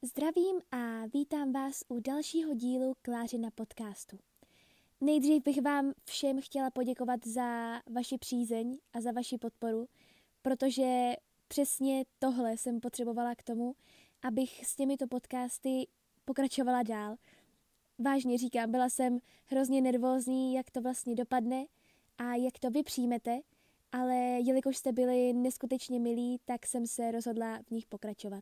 Zdravím a vítám vás u dalšího dílu Klářina podcastu. Nejdřív bych vám všem chtěla poděkovat za vaši přízeň a za vaši podporu, protože přesně tohle jsem potřebovala k tomu, abych s těmito podcasty pokračovala dál. Vážně říkám, byla jsem hrozně nervózní, jak to vlastně dopadne a jak to vy přijmete, ale jelikož jste byli neskutečně milí, tak jsem se rozhodla v nich pokračovat.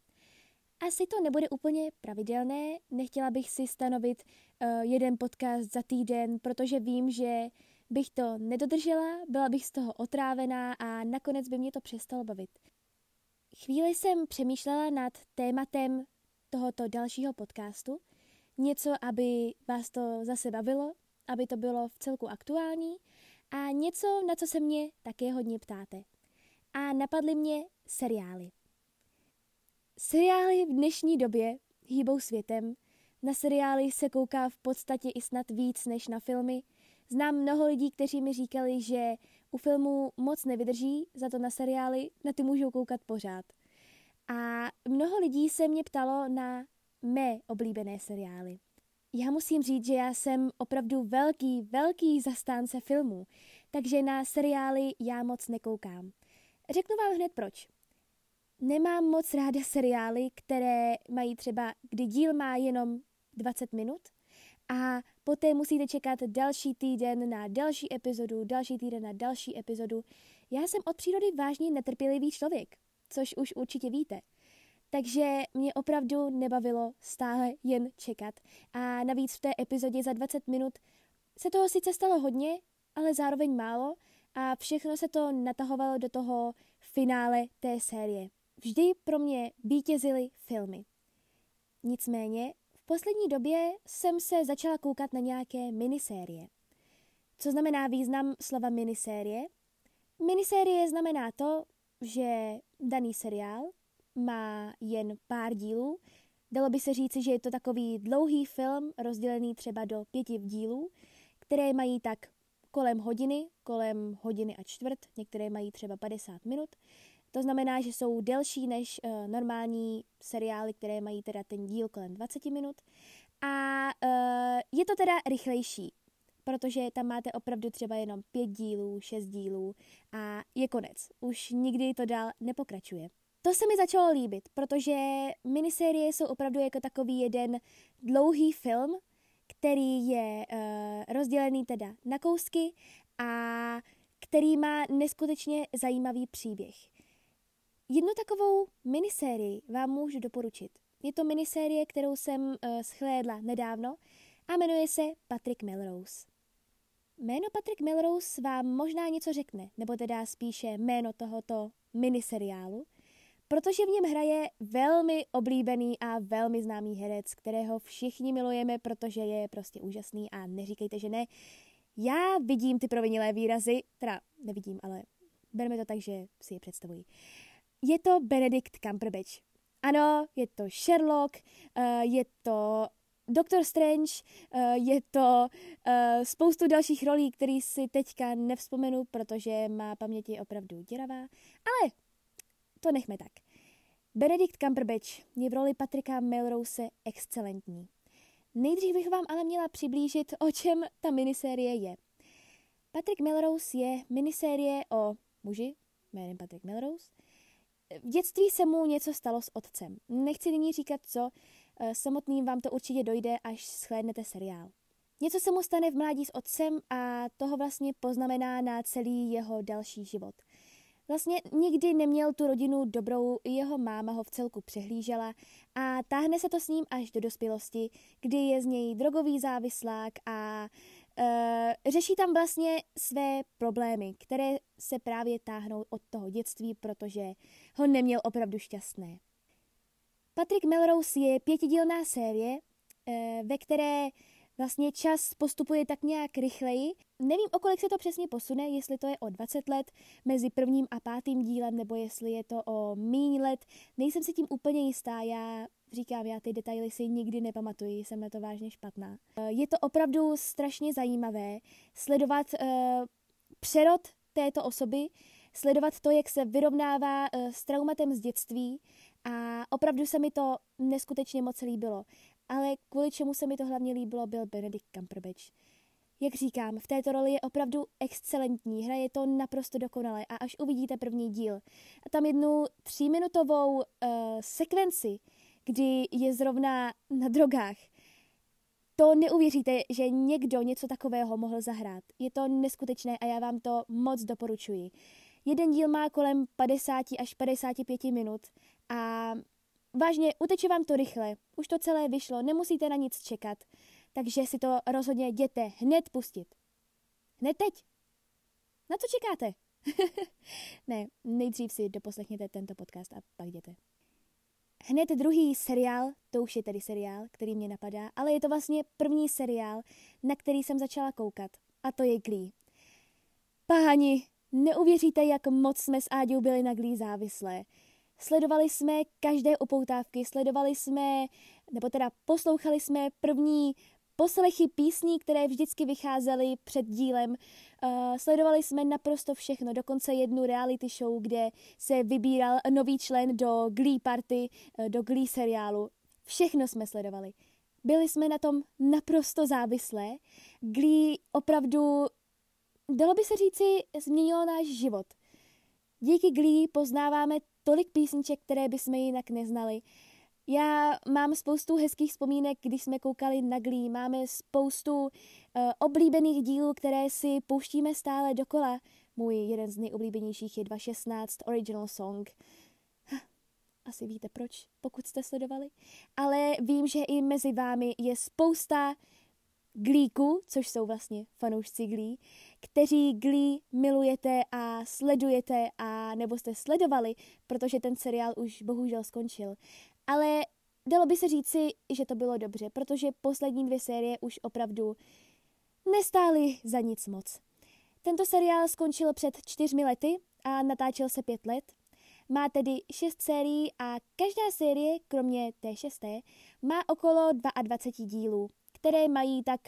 Asi to nebude úplně pravidelné, nechtěla bych si stanovit jeden podcast za týden, protože vím, že bych to nedodržela, byla bych z toho otrávená a nakonec by mě to přestalo bavit. Chvíli jsem přemýšlela nad tématem tohoto dalšího podcastu, něco, aby vás to zase bavilo, aby to bylo v celku aktuální a něco, na co se mě také hodně ptáte. A napadly mě seriály. Seriály v dnešní době hýbou světem. Na seriály se kouká v podstatě i snad víc než na filmy. Znám mnoho lidí, kteří mi říkali, že u filmů moc nevydrží, za to na seriály na ty můžou koukat pořád. A mnoho lidí se mě ptalo na mé oblíbené seriály. Já musím říct, že já jsem opravdu velký zastánce filmů, takže na seriály já moc nekoukám. Řeknu vám hned proč. Nemám moc ráda seriály, které mají třeba, kdy díl má jenom 20 minut a poté musíte čekat další týden na další epizodu, další týden na další epizodu. Já jsem od přírody vážně netrpělivý člověk, což už určitě víte. Takže mě opravdu nebavilo stále jen čekat. A navíc v té epizodě za 20 minut se toho sice stalo hodně, ale zároveň málo a všechno se to natahovalo do toho finále té série. Vždy pro mě vítězily filmy. Nicméně v poslední době jsem se začala koukat na nějaké minisérie. Co znamená význam slova minisérie? Minisérie znamená to, že daný seriál má jen pár dílů. Dalo by se říci, že je to takový dlouhý film, rozdělený třeba do 5 dílů, které mají tak kolem hodiny a čtvrt, některé mají třeba 50 minut. To znamená, že jsou delší než normální seriály, které mají teda ten díl kolem 20 minut. A je to teda rychlejší, protože tam máte opravdu třeba jenom 5 dílů, 6 dílů a je konec. Už nikdy to dál nepokračuje. To se mi začalo líbit, protože minisérie jsou opravdu jako takový jeden dlouhý film, který je rozdělený teda na kousky a který má neskutečně zajímavý příběh. Jednu takovou minisérii vám můžu doporučit. Je to minisérie, kterou jsem shlédla nedávno a jmenuje se Patrick Melrose. Jméno Patrick Melrose vám možná něco řekne, nebo teda spíše jméno tohoto miniseriálu, protože v něm hraje velmi oblíbený a velmi známý herec, kterého všichni milujeme, protože je prostě úžasný a neříkejte, že ne. Já vidím ty provinilé výrazy, teda nevidím, ale berme to tak, že si je představuji. Je to Benedict Cumberbatch. Ano, je to Sherlock, je to Doctor Strange, je to spoustu dalších rolí, které si teďka nevzpomenu, protože má paměť je opravdu děravá, ale to nechme tak. Benedict Cumberbatch je v roli Patricka Melrose excelentní. Nejdřív bych vám ale měla přiblížit, o čem ta minisérie je. Patrick Melrose je minisérie o muži jménem Patrick Melrose. V dětství se mu něco stalo s otcem. Nechci nyní říkat co, samotným vám to určitě dojde, až shlédnete seriál. Něco se mu stane v mládí s otcem a toho vlastně poznamená na celý jeho další život. Vlastně nikdy neměl tu rodinu dobrou, jeho máma ho v celku přehlížela a táhne se to s ním až do dospělosti, kdy je z něj drogový závislák a řeší tam vlastně své problémy, které se právě táhnou od toho dětství, protože ho neměl opravdu šťastné. Patrick Melrose je 5dílná série, ve které vlastně čas postupuje tak nějak rychleji. Nevím, o kolik se to přesně posune, jestli to je o 20 let mezi prvním a 5. dílem, nebo jestli je to o míň let. Nejsem si tím úplně jistá, já ty detaily si nikdy nepamatuji, jsem na to vážně špatná. Je to opravdu strašně zajímavé sledovat přerod této osoby, sledovat to, jak se vyrovnává s traumatem z dětství A opravdu se mi to neskutečně moc líbilo. Ale kvůli čemu se mi to hlavně líbilo, byl Benedict Cumberbatch. Jak říkám, v této roli je opravdu excelentní, hraje to naprosto dokonale a až uvidíte první díl. A tam jednu 3minutovou sekvenci, kdy je zrovna na drogách, to neuvěříte, že někdo něco takového mohl zahrát. Je to neskutečné a já vám to moc doporučuji. Jeden díl má kolem 50 až 55 minut a vážně, uteče vám to rychle. Už to celé vyšlo, nemusíte na nic čekat. Takže si to rozhodně jděte hned pustit. Hned teď. Na co čekáte? Ne, nejdřív si doposlechněte tento podcast a pak jděte. Hned druhý seriál, to už je tedy seriál, který mě napadá, ale je to vlastně první seriál, na který jsem začala koukat. A to je Glee. Páni, neuvěříte, jak moc jsme s Áďou byli na Glee závislé. Sledovali jsme každé upoutávky, poslouchali jsme první poslechy písní, které vždycky vycházely před dílem. Sledovali jsme naprosto všechno, dokonce jednu reality show, kde se vybíral nový člen do Glee party, do Glee seriálu. Všechno jsme sledovali. Byli jsme na tom naprosto závislé. Glee opravdu, dalo by se říci, změnilo náš život. Díky Glee poznáváme tolik písniček, které bychom jinak neznali. Já mám spoustu hezkých vzpomínek, když jsme koukali na Glee. Máme spoustu oblíbených dílů, které si pouštíme stále dokola. Můj jeden z nejoblíbenějších je 2.16 Original Song. Asi víte proč, pokud jste sledovali. Ale vím, že i mezi vámi je spousta Gleeků, což jsou vlastně fanoušci Glee, kteří Glee milujete a sledujete a nebo jste sledovali, protože ten seriál už bohužel skončil. Ale dalo by se říci, že to bylo dobře, protože poslední 2 série už opravdu nestály za nic moc. Tento seriál skončil před 4 lety a natáčel se 5 let. Má tedy 6 sérií a každá série, kromě té 6., má okolo 22 dílů, které mají tak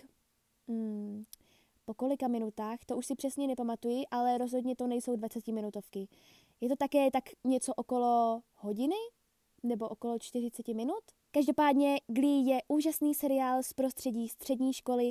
po kolika minutách, to už si přesně nepamatuji, ale rozhodně to nejsou 20-minutovky. Je to také tak něco okolo hodiny nebo okolo 40 minut. Každopádně Glee je úžasný seriál z prostředí střední školy,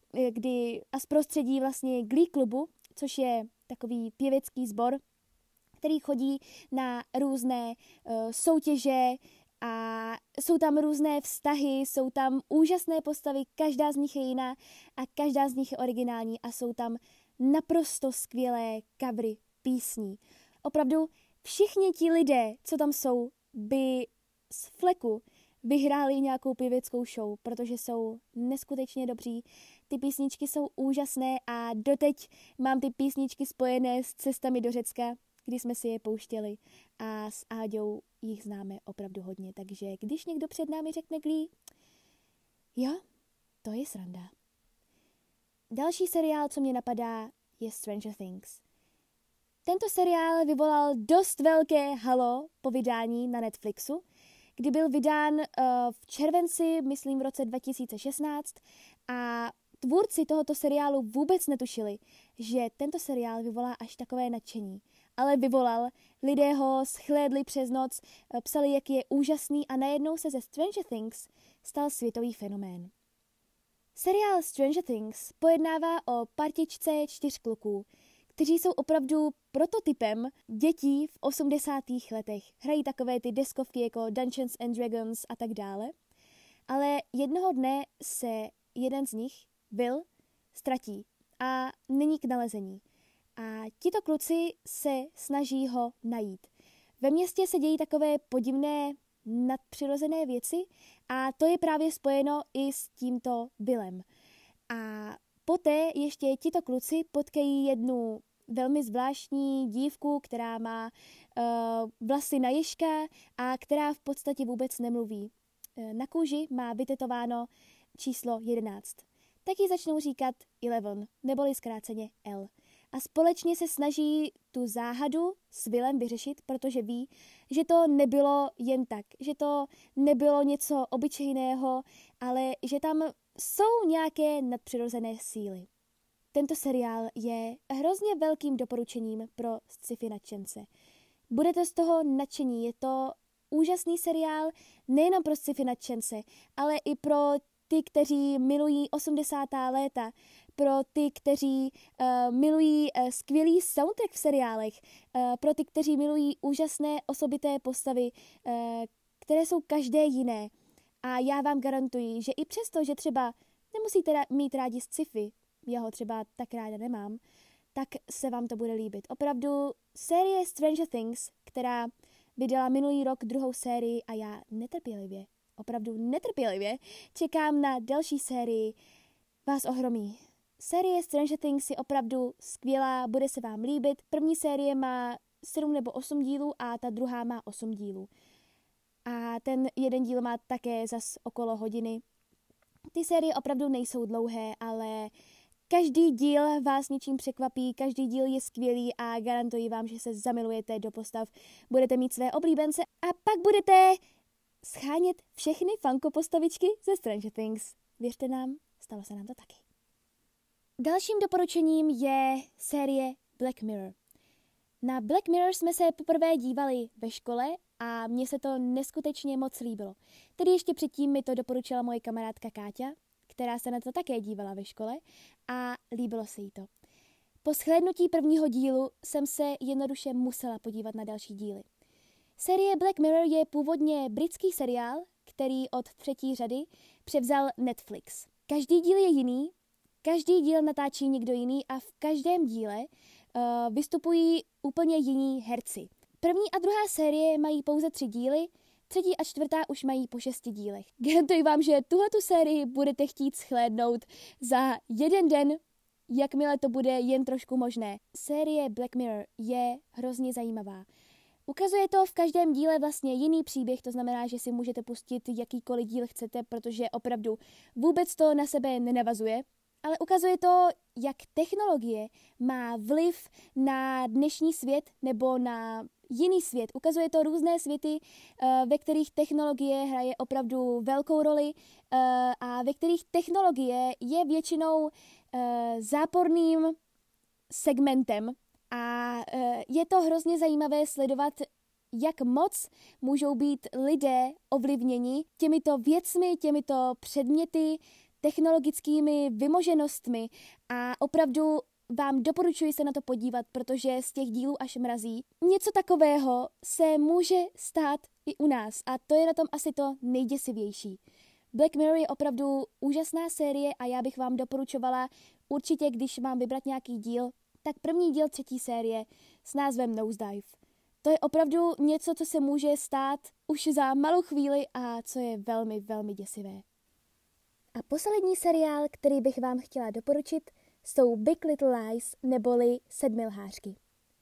z prostředí vlastně Glee klubu, což je takový pěvecký sbor, který chodí na různé soutěže a jsou tam různé vztahy, jsou tam úžasné postavy, každá z nich je jiná a každá z nich je originální a jsou tam naprosto skvělé covery písní. Opravdu všichni ti lidé, co tam jsou, by z fleku vyhráli nějakou pěveckou show, protože jsou neskutečně dobří. Ty písničky jsou úžasné a doteď mám ty písničky spojené s cestami do Řecka, kdy jsme si je pouštěli a s Áďou jich známe opravdu hodně, takže když někdo před námi řekne Glee, jo, to je sranda. Další seriál, co mě napadá, je Stranger Things. Tento seriál vyvolal dost velké halo po vydání na Netflixu, kdy byl vydán v červenci, myslím v roce 2016 a tvůrci tohoto seriálu vůbec netušili, že tento seriál vyvolá až takové nadšení. Ale vyvolal, lidé ho schlédli přes noc, psali, jak je úžasný a najednou se ze Stranger Things stal světový fenomén. Seriál Stranger Things pojednává o partičce 4 kluků, kteří jsou opravdu prototypem dětí v 80. letech. Hrají takové ty deskovky jako Dungeons and Dragons a tak dále. Ale jednoho dne se jeden z nich, Will, ztratí a není k nalezení. A tito kluci se snaží ho najít. Ve městě se dějí takové podivné nadpřirozené věci a to je právě spojeno i s tímto Willem. A poté ještě tito kluci potkají jednu velmi zvláštní dívku, která má vlasy na ježka a která v podstatě vůbec nemluví. Na kůži má vytetováno číslo 11. Tak ji začnou říkat 11, neboli zkráceně L. A společně se snaží tu záhadu s Willem vyřešit, protože ví, že to nebylo jen tak, že to nebylo něco obyčejného, ale že tam jsou nějaké nadpřirozené síly. Tento seriál je hrozně velkým doporučením pro sci-fi nadšence. Budete z toho nadšení, je to úžasný seriál nejen pro sci-fi nadšence, ale i pro ty, kteří milují 80. léta, pro ty, kteří milují skvělý soundtrack v seriálech, pro ty, kteří milují úžasné osobité postavy, které jsou každé jiné. A já vám garantuji, že i přesto, že třeba nemusíte mít rádi sci-fi, já ho třeba tak ráda nemám, tak se vám to bude líbit. Opravdu série Stranger Things, která vydala minulý rok 2. sérii a já opravdu netrpělivě čekám na další sérii, vás ohromí. Série Stranger Things je opravdu skvělá, bude se vám líbit. První série má 7 nebo 8 dílů a ta druhá má 8 dílů. A ten jeden díl má také zas okolo hodiny. Ty série opravdu nejsou dlouhé, ale každý díl vás něčím překvapí, každý díl je skvělý a garantuji vám, že se zamilujete do postav, budete mít své oblíbence a pak budete schánět všechny funko postavičky ze Stranger Things. Věřte nám, stalo se nám to taky. Dalším doporučením je série Black Mirror. Na Black Mirror jsme se poprvé dívali ve škole a mně se to neskutečně moc líbilo. Tedy ještě předtím mi to doporučila moje kamarádka Káťa, která se na to také dívala ve škole a líbilo se jí to. Po shlédnutí prvního dílu jsem se jednoduše musela podívat na další díly. Série Black Mirror je původně britský seriál, který od 3. řady převzal Netflix. Každý díl je jiný, každý díl natáčí někdo jiný a v každém díle vystupují úplně jiní herci. První a druhá série mají pouze 3 díly, 3. a 4. už mají po 6 dílech. Garantuji vám, že tuhletu sérii budete chtít shlédnout za jeden den, jakmile to bude jen trošku možné. Série Black Mirror je hrozně zajímavá. Ukazuje to v každém díle vlastně jiný příběh, to znamená, že si můžete pustit jakýkoliv díl chcete, protože opravdu vůbec to na sebe nenavazuje, ale ukazuje to, jak technologie má vliv na dnešní svět nebo na jiný svět. Ukazuje to různé světy, ve kterých technologie hraje opravdu velkou roli a ve kterých technologie je většinou záporným segmentem a je to hrozně zajímavé sledovat, jak moc můžou být lidé ovlivněni těmito věcmi, těmito předměty, technologickými vymoženostmi a opravdu vám doporučuji se na to podívat, protože z těch dílů až mrazí. Něco takového se může stát i u nás a to je na tom asi to nejděsivější. Black Mirror je opravdu úžasná série a já bych vám doporučovala určitě, když mám vybrat nějaký díl, tak první díl 3. série s názvem Nosedive. To je opravdu něco, co se může stát už za malou chvíli a co je velmi, velmi děsivé. A poslední seriál, který bych vám chtěla doporučit, jsou Big Little Lies neboli Sedmilhářky.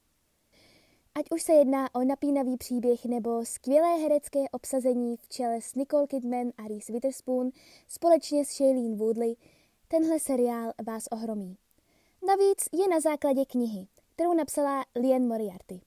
Ať už se jedná o napínavý příběh nebo skvělé herecké obsazení v čele s Nicole Kidman a Reese Witherspoon společně s Shailene Woodley, tenhle seriál vás ohromí. Navíc je na základě knihy, kterou napsala Liane Moriarty.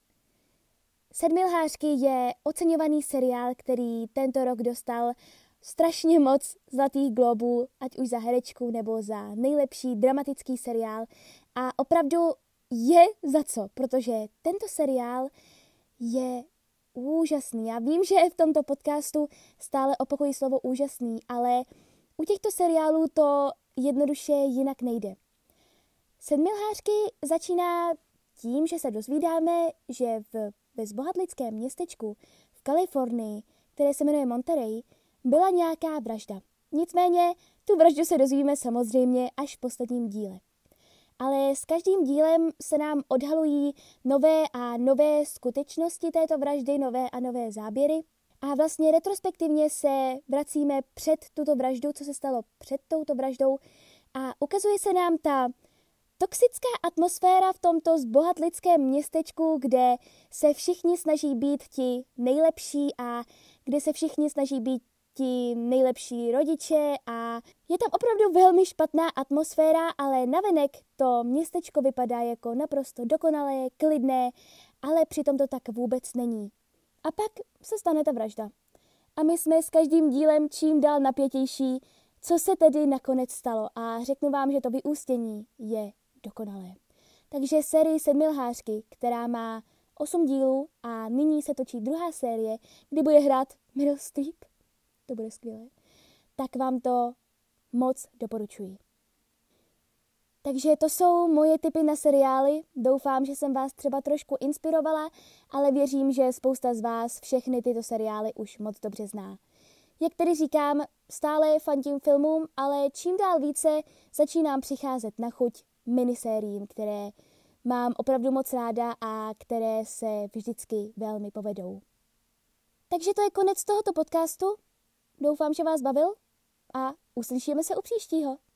Sedmilhářky je oceňovaný seriál, který tento rok dostal strašně moc zlatých glóbů, ať už za herečku nebo za nejlepší dramatický seriál a opravdu je za co, protože tento seriál je úžasný. Já vím, že v tomto podcastu stále opakuji slovo úžasný, ale u těchto seriálů to jednoduše jinak nejde. Sedmilhářky začíná tím, že se dozvídáme, že v bezbohatlickém městečku v Kalifornii, které se jmenuje Monterey, byla nějaká vražda. Nicméně tu vraždu se dozvíme samozřejmě až v posledním díle. Ale s každým dílem se nám odhalují nové a nové skutečnosti této vraždy, nové a nové záběry. A vlastně retrospektivně se vracíme před tuto vraždu, co se stalo před touto vraždou a ukazuje se nám ta toxická atmosféra v tomto zbohatlickém městečku, kde se všichni snaží být ti nejlepší a kde se všichni snaží být ti nejlepší rodiče a je tam opravdu velmi špatná atmosféra, ale navenek to městečko vypadá jako naprosto dokonalé, klidné, ale přitom to tak vůbec není. A pak se stane ta vražda. A my jsme s každým dílem čím dál napětější, co se tedy nakonec stalo a řeknu vám, že to vyústění je dokonalé. Takže série Sedmilhářky, která má 8 dílů a nyní se točí druhá série, kdy bude hrát Meryl Streep. To bude skvělé. Tak vám to moc doporučuji. Takže to jsou moje tipy na seriály. Doufám, že jsem vás třeba trošku inspirovala, ale věřím, že spousta z vás všechny tyto seriály už moc dobře zná. Jak tedy říkám, stále fandím filmům, ale čím dál více začínám přicházet na chuť minisériím, které mám opravdu moc ráda a které se vždycky velmi povedou. Takže to je konec tohoto podcastu. Doufám, že vás bavil a uslyšíme se u příštího.